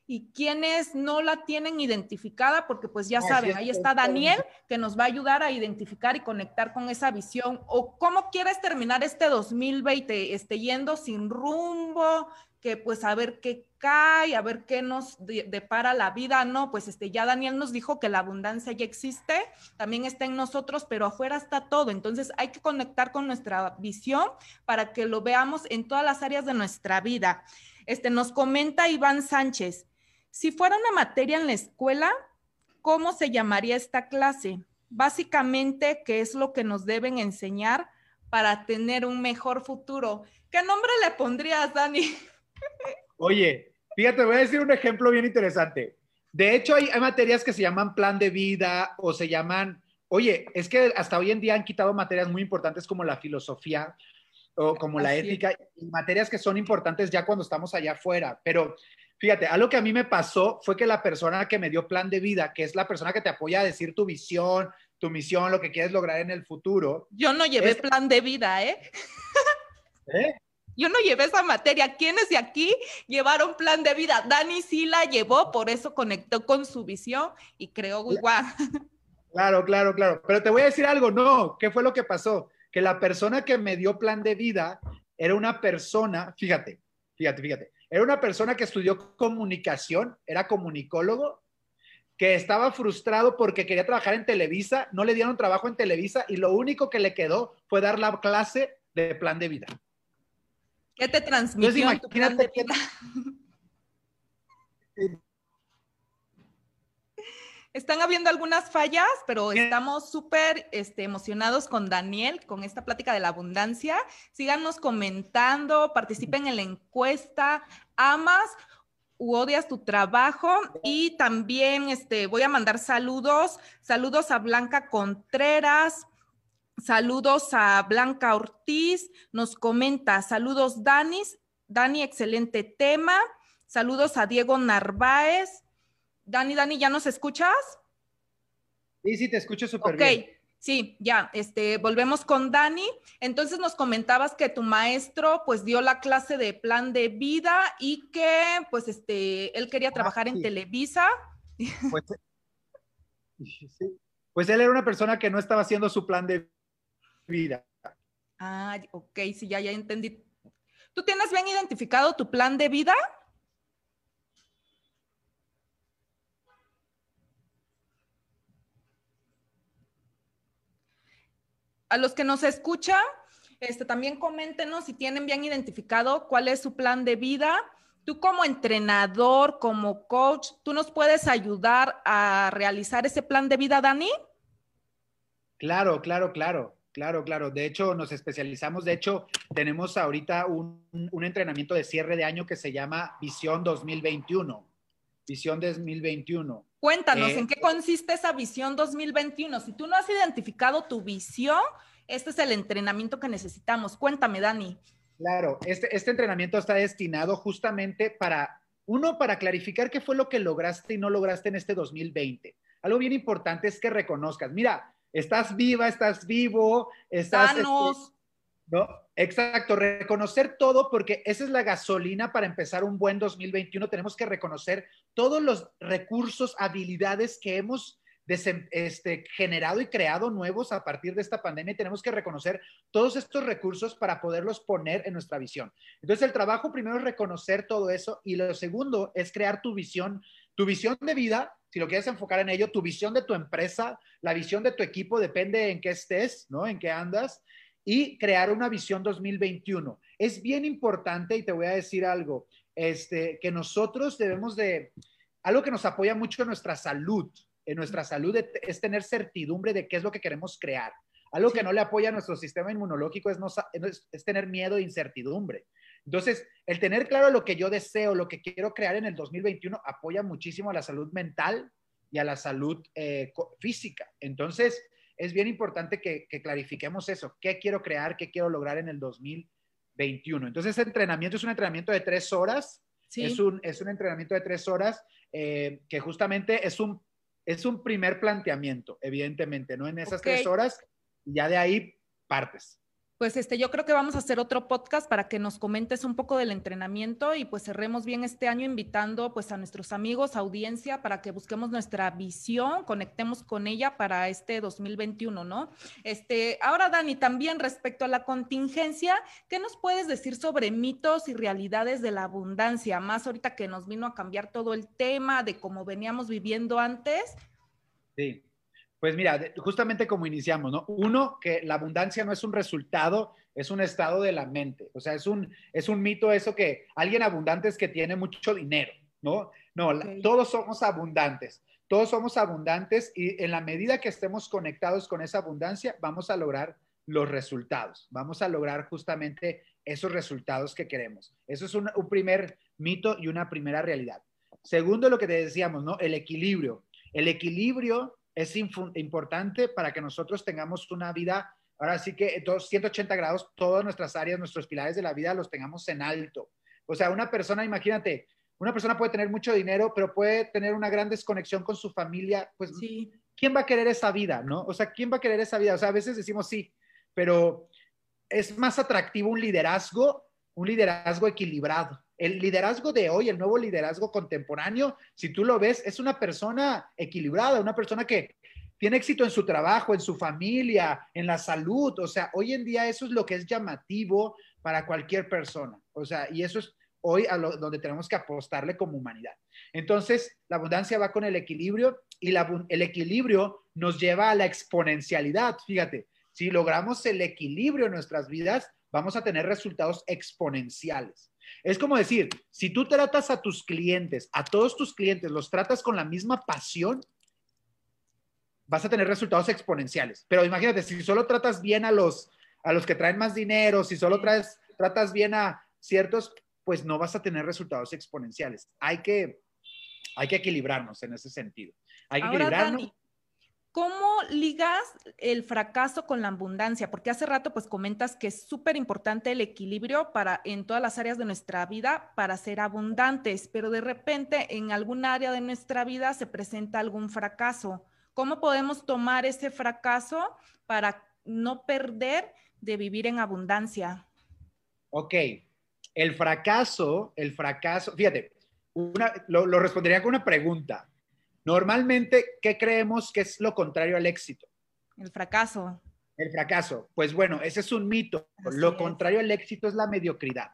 y quienes no la tienen identificada, porque pues ya saben, es, ahí está Daniel, que nos va a ayudar a identificar y conectar con esa visión. O cómo quieres terminar este 2020, yendo sin rumbo, que pues a ver qué cae, a ver qué nos depara la vida, ¿no? Pues ya Daniel nos dijo que la abundancia ya existe, también está en nosotros, pero afuera está todo. Entonces hay que conectar con nuestra visión para que lo veamos en todas las áreas de nuestra vida. Nos comenta Iván Sánchez, si fuera una materia en la escuela, ¿cómo se llamaría esta clase? Básicamente, ¿qué es lo que nos deben enseñar para tener un mejor futuro? ¿Qué nombre le pondrías, Dani? Oye, fíjate, voy a decir un ejemplo bien interesante. De hecho, hay materias que se llaman plan de vida o se llaman, oye, es que hasta hoy en día han quitado materias muy importantes como la filosofía o como la Así ética, y materias que son importantes ya cuando estamos allá afuera. Pero fíjate, algo que a mí me pasó fue que la persona que me dio plan de vida, que es la persona que te apoya a decir tu visión, tu misión, lo que quieres lograr en el futuro. Yo no llevé plan de vida, ¿eh? ¿Eh? Yo no llevé esa materia. ¿Quiénes de aquí llevaron plan de vida? Dani sí la llevó, por eso conectó con su visión y creó igual. Claro, claro, claro. Pero te voy a decir algo, no, ¿qué fue lo que pasó? Que la persona que me dio plan de vida era una persona, fíjate, era una persona que estudió comunicación, era comunicólogo, que estaba frustrado porque quería trabajar en Televisa, no le dieron trabajo en Televisa y lo único que le quedó fue dar la clase de plan de vida. ¿Qué te Entonces, transmitió en tu plan de vida? Están habiendo algunas fallas, pero estamos súper emocionados con Daniel, con esta plática de la abundancia. Síganos comentando, participen en la encuesta. ¿Amas u odias tu trabajo? Y también voy a mandar saludos. Saludos a Blanca Contreras. Saludos a Blanca Ortiz. Nos comenta, saludos Dani, excelente tema. Saludos a Diego Narváez. Dani, ¿ya nos escuchas? Sí, te escucho súper bien. Sí, ya, volvemos con Dani. Entonces nos comentabas que tu maestro pues dio la clase de plan de vida y que pues él quería trabajar en Televisa. Pues, sí. Pues él era una persona que no estaba haciendo su plan de vida. Ah, ok, sí, ya entendí. ¿Tú tienes bien identificado tu plan de vida? A los que nos escuchan, también coméntenos si tienen bien identificado cuál es su plan de vida. Tú como entrenador, como coach, ¿tú nos puedes ayudar a realizar ese plan de vida, Dani? Claro. De hecho, nos especializamos. De hecho, tenemos ahorita un entrenamiento de cierre de año que se llama Visión 2021. Visión 2021. Cuéntanos, ¿en qué consiste esa visión 2021? Si tú no has identificado tu visión, este es el entrenamiento que necesitamos. Cuéntame, Dani. Claro, este entrenamiento está destinado justamente para clarificar qué fue lo que lograste y no lograste en este 2020. Algo bien importante es que reconozcas, mira, estás viva, estás vivo, estás... Sanos. ¿No? Exacto, reconocer todo porque esa es la gasolina para empezar un buen 2021. Tenemos que reconocer todos los recursos, habilidades que hemos generado y creado nuevos a partir de esta pandemia. Tenemos que reconocer todos estos recursos para poderlos poner en nuestra visión. Entonces, el trabajo primero es reconocer todo eso y lo segundo es crear tu visión de vida. Si lo quieres enfocar en ello, tu visión de tu empresa, la visión de tu equipo, depende en qué estés, ¿no? En qué andas. Y crear una visión 2021. Es bien importante, y te voy a decir algo, que nosotros debemos de, algo que nos apoya mucho en nuestra salud es tener certidumbre de qué es lo que queremos crear. Algo que no le apoya a nuestro sistema inmunológico es tener miedo e incertidumbre. Entonces, el tener claro lo que yo deseo, lo que quiero crear en el 2021, apoya muchísimo a la salud mental y a la salud física. Entonces, es bien importante que clarifiquemos eso. ¿Qué quiero crear? ¿Qué quiero lograr en el 2021? Entonces, ese entrenamiento es un entrenamiento de 3 horas. Sí. Es un entrenamiento de 3 horas que justamente es un primer planteamiento, evidentemente, ¿no? En esas 3 horas, y ya de ahí partes. Pues yo creo que vamos a hacer otro podcast para que nos comentes un poco del entrenamiento y pues cerremos bien este año invitando pues a nuestros amigos, audiencia, para que busquemos nuestra visión, conectemos con ella para este 2021, ¿no? Ahora, Dani, también respecto a la contingencia, ¿qué nos puedes decir sobre mitos y realidades de la abundancia? Más ahorita que nos vino a cambiar todo el tema de cómo veníamos viviendo antes. Sí. Pues mira, justamente como iniciamos, ¿no? Uno, que la abundancia no es un resultado, es un estado de la mente. O sea, es un mito eso que alguien abundante es que tiene mucho dinero, ¿no? No, okay. Todos somos abundantes y en la medida que estemos conectados con esa abundancia, vamos a lograr los resultados, vamos a lograr justamente esos resultados que queremos. Eso es un primer mito y una primera realidad. Segundo, lo que te decíamos, ¿no? El equilibrio. El equilibrio es importante para que nosotros tengamos una vida, ahora sí que 180 grados, todas nuestras áreas, nuestros pilares de la vida los tengamos en alto. O sea, una persona, imagínate, una persona puede tener mucho dinero, pero puede tener una gran desconexión con su familia, pues, sí. ¿Quién va a querer esa vida, no? O sea, ¿quién va a querer esa vida? O sea, a veces decimos sí, pero es más atractivo un liderazgo equilibrado. El liderazgo de hoy, el nuevo liderazgo contemporáneo, si tú lo ves, es una persona equilibrada, una persona que tiene éxito en su trabajo, en su familia, en la salud. O sea, hoy en día eso es lo que es llamativo para cualquier persona. O sea, y eso es hoy donde tenemos que apostarle como humanidad. Entonces, la abundancia va con el equilibrio y el equilibrio nos lleva a la exponencialidad. Fíjate, si logramos el equilibrio en nuestras vidas, vamos a tener resultados exponenciales. Es como decir, si tú tratas a tus clientes, a todos tus clientes, los tratas con la misma pasión, vas a tener resultados exponenciales. Pero imagínate, si solo tratas bien a los que traen más dinero, si solo tratas bien a ciertos, pues no vas a tener resultados exponenciales. Hay que equilibrarnos en ese sentido. Hay que equilibrarnos. Dani, ¿cómo ligas el fracaso con la abundancia? Porque hace rato pues comentas que es súper importante el equilibrio en todas las áreas de nuestra vida para ser abundantes, pero de repente en algún área de nuestra vida se presenta algún fracaso. ¿Cómo podemos tomar ese fracaso para no perder de vivir en abundancia? Ok, el fracaso, fíjate, lo respondería con una pregunta. Normalmente, ¿qué creemos que es lo contrario al éxito? El fracaso. El fracaso. Pues bueno, ese es un mito. Lo contrario al éxito es la mediocridad.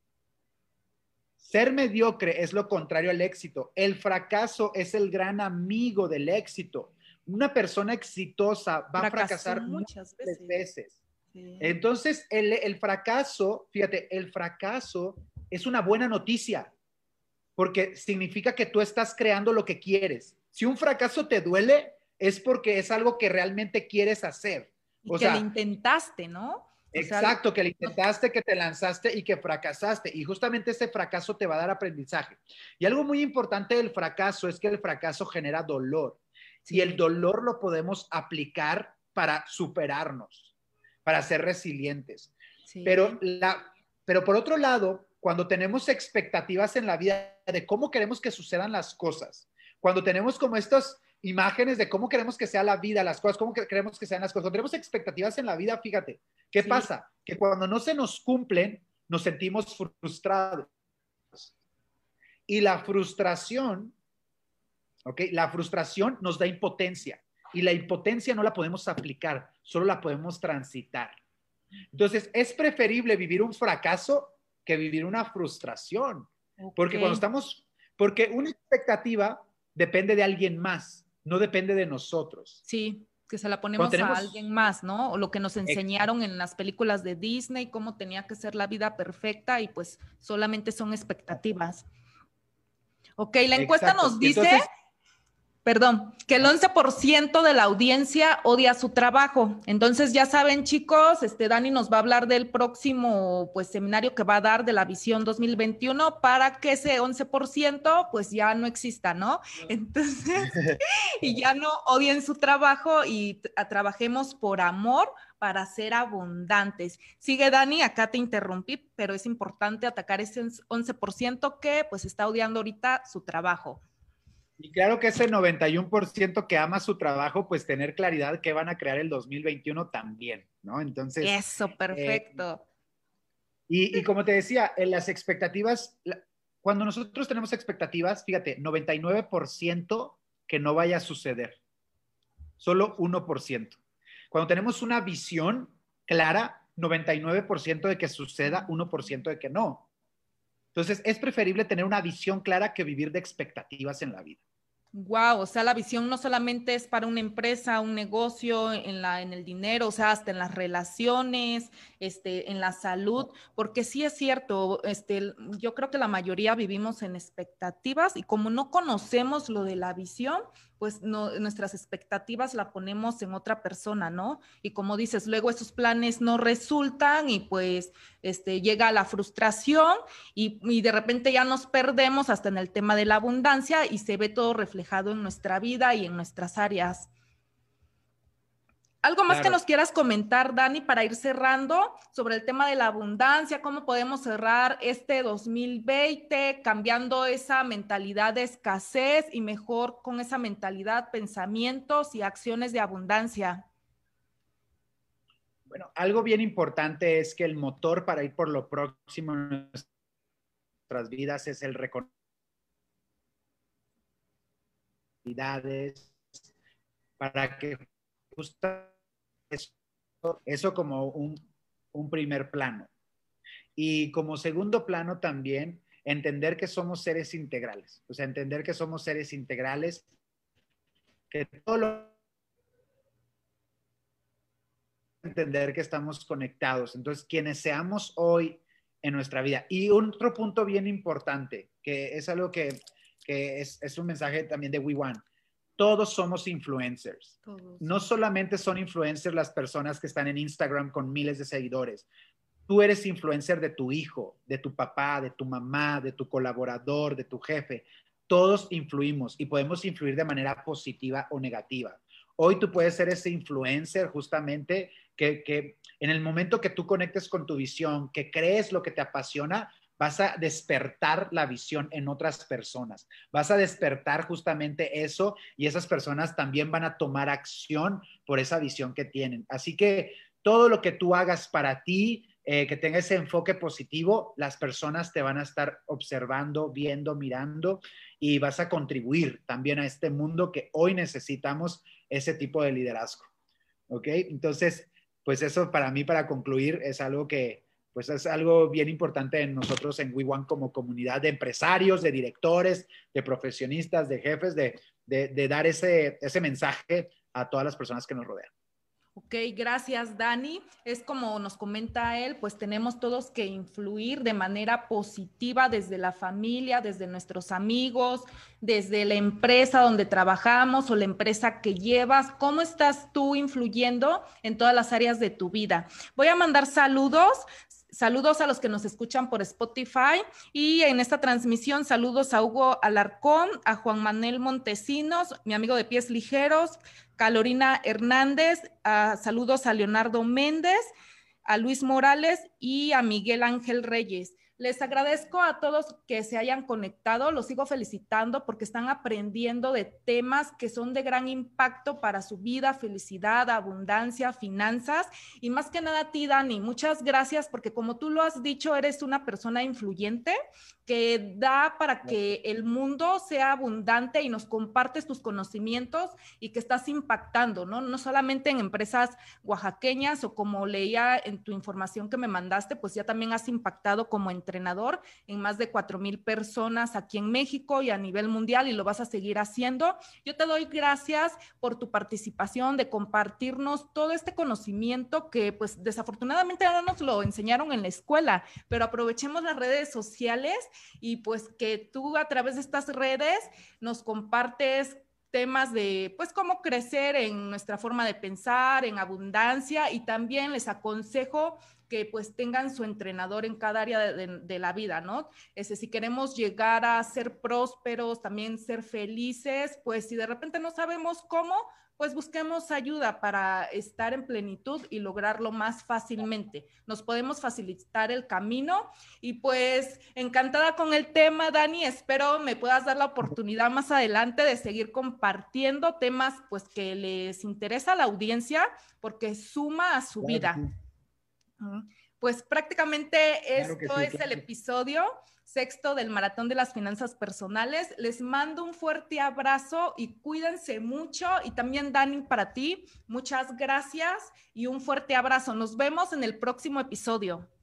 Ser mediocre es lo contrario al éxito. El fracaso es el gran amigo del éxito. Una persona exitosa va a fracasar muchas veces. Sí. Entonces, el fracaso, fíjate, el fracaso es una buena noticia porque significa que tú estás creando lo que quieres. Si un fracaso te duele, es porque es algo que realmente quieres hacer. Y que lo intentaste, ¿no? Exacto, que lo intentaste, que te lanzaste y que fracasaste. Y justamente ese fracaso te va a dar aprendizaje. Y algo muy importante del fracaso es que el fracaso genera dolor. Sí. Y el dolor lo podemos aplicar para superarnos, para ser resilientes. Sí. Pero por otro lado, cuando tenemos expectativas en la vida de cómo queremos que sucedan las cosas, cuando tenemos como estas imágenes de cómo queremos que sea la vida, las cosas, cómo queremos que sean las cosas, cuando tenemos expectativas en la vida, fíjate, ¿qué pasa? Que cuando no se nos cumplen, nos sentimos frustrados. Y la frustración, ¿ok? La frustración nos da impotencia. Y la impotencia no la podemos aplicar, solo la podemos transitar. Entonces, es preferible vivir un fracaso que vivir una frustración. Okay. Porque una expectativa depende de alguien más, no depende de nosotros. Sí, que se la ponemos a alguien más, ¿no? O lo que nos enseñaron en las películas de Disney, cómo tenía que ser la vida perfecta y pues solamente son expectativas. Ok, la encuesta nos dice... Entonces, perdón, que el 11% de la audiencia odia su trabajo. Entonces, ya saben, chicos, Dani nos va a hablar del próximo pues seminario que va a dar de la visión 2021 para que ese 11% pues ya no exista, ¿no? Entonces, y ya no odien su trabajo y trabajemos por amor para ser abundantes. Sigue, Dani, acá te interrumpí, pero es importante atacar ese 11% que pues está odiando ahorita su trabajo. Y claro que ese 91% que ama su trabajo, pues tener claridad que van a crear el 2021 también, ¿no? Entonces, Eso, eh, perfecto. y como te decía, en las expectativas, cuando nosotros tenemos expectativas, fíjate, 99% que no vaya a suceder, solo 1%. Cuando tenemos una visión clara, 99% de que suceda, 1% de que no. Entonces, es preferible tener una visión clara que vivir de expectativas en la vida. Wow, o sea, la visión no solamente es para una empresa, un negocio, en el dinero, o sea, hasta en las relaciones, en la salud, porque sí es cierto, yo creo que la mayoría vivimos en expectativas y como no conocemos lo de la visión, pues no, nuestras expectativas la ponemos en otra persona, ¿no? Y como dices, luego esos planes no resultan y pues llega la frustración y de repente ya nos perdemos hasta en el tema de la abundancia y se ve todo reflejado en nuestra vida y en nuestras áreas. ¿Algo más que Claro. nos quieras comentar, Dani, para ir cerrando sobre el tema de la abundancia? ¿Cómo podemos cerrar este 2020 cambiando esa mentalidad de escasez y mejor con esa mentalidad, pensamientos y acciones de abundancia? Bueno, algo bien importante es que el motor para ir por lo próximo en nuestras vidas es el reconocimiento para que justo eso como un primer plano. Y como segundo plano también, entender que somos seres integrales. O sea, entender que somos seres integrales, que todo lo entender que estamos conectados. Entonces, quienes seamos hoy en nuestra vida. Y otro punto bien importante, que es algo que es un mensaje también de WeOne. Todos somos influencers. Todos. No solamente son influencers las personas que están en Instagram con miles de seguidores. Tú eres influencer de tu hijo, de tu papá, de tu mamá, de tu colaborador, de tu jefe. Todos influimos y podemos influir de manera positiva o negativa. Hoy tú puedes ser ese influencer justamente que en el momento que tú conectes con tu visión, que crees lo que te apasiona, vas a despertar la visión en otras personas. Vas a despertar justamente eso y esas personas también van a tomar acción por esa visión que tienen. Así que todo lo que tú hagas para ti, que tenga ese enfoque positivo, las personas te van a estar observando, viendo, mirando y vas a contribuir también a este mundo que hoy necesitamos ese tipo de liderazgo. ¿Ok? Entonces, pues eso para mí, para concluir, es algo que, pues es algo bien importante en nosotros en WeOne como comunidad de empresarios, de directores, de profesionistas, de jefes, de dar ese mensaje a todas las personas que nos rodean. Ok, gracias, Dani. Es como nos comenta él, pues tenemos todos que influir de manera positiva desde la familia, desde nuestros amigos, desde la empresa donde trabajamos o la empresa que llevas. ¿Cómo estás tú influyendo en todas las áreas de tu vida? Voy a mandar saludos. Saludos a los que nos escuchan por Spotify y en esta transmisión saludos a Hugo Alarcón, a Juan Manuel Montesinos, mi amigo de Pies Ligeros, Carolina Hernández, saludos a Leonardo Méndez, a Luis Morales y a Miguel Ángel Reyes. Les agradezco a todos que se hayan conectado, los sigo felicitando porque están aprendiendo de temas que son de gran impacto para su vida, felicidad, abundancia, finanzas y más que nada a ti, Dani, muchas gracias porque como tú lo has dicho, eres una persona influyente que da para que el mundo sea abundante y nos compartes tus conocimientos y que estás impactando, ¿no? No solamente en empresas oaxaqueñas o como leía en tu información que me mandaste, pues ya también has impactado como entrenador en más de 4,000 personas aquí en México y a nivel mundial y lo vas a seguir haciendo. Yo te doy gracias por tu participación, de compartirnos todo este conocimiento que pues desafortunadamente no nos lo enseñaron en la escuela, pero aprovechemos las redes sociales y pues que tú a través de estas redes nos compartes temas de pues cómo crecer en nuestra forma de pensar, en abundancia y también les aconsejo que pues tengan su entrenador en cada área de la vida, ¿no? Si queremos llegar a ser prósperos, también ser felices, pues si de repente no sabemos cómo, pues busquemos ayuda para estar en plenitud y lograrlo más fácilmente. Nos podemos facilitar el camino y pues encantada con el tema, Dani. Espero me puedas dar la oportunidad más adelante de seguir compartiendo temas pues que les interesa a la audiencia porque suma a su vida. Pues prácticamente esto es el episodio 6 del Maratón de las Finanzas Personales. Les mando un fuerte abrazo y cuídense mucho. Y también, Dani, para ti, muchas gracias y un fuerte abrazo. Nos vemos en el próximo episodio.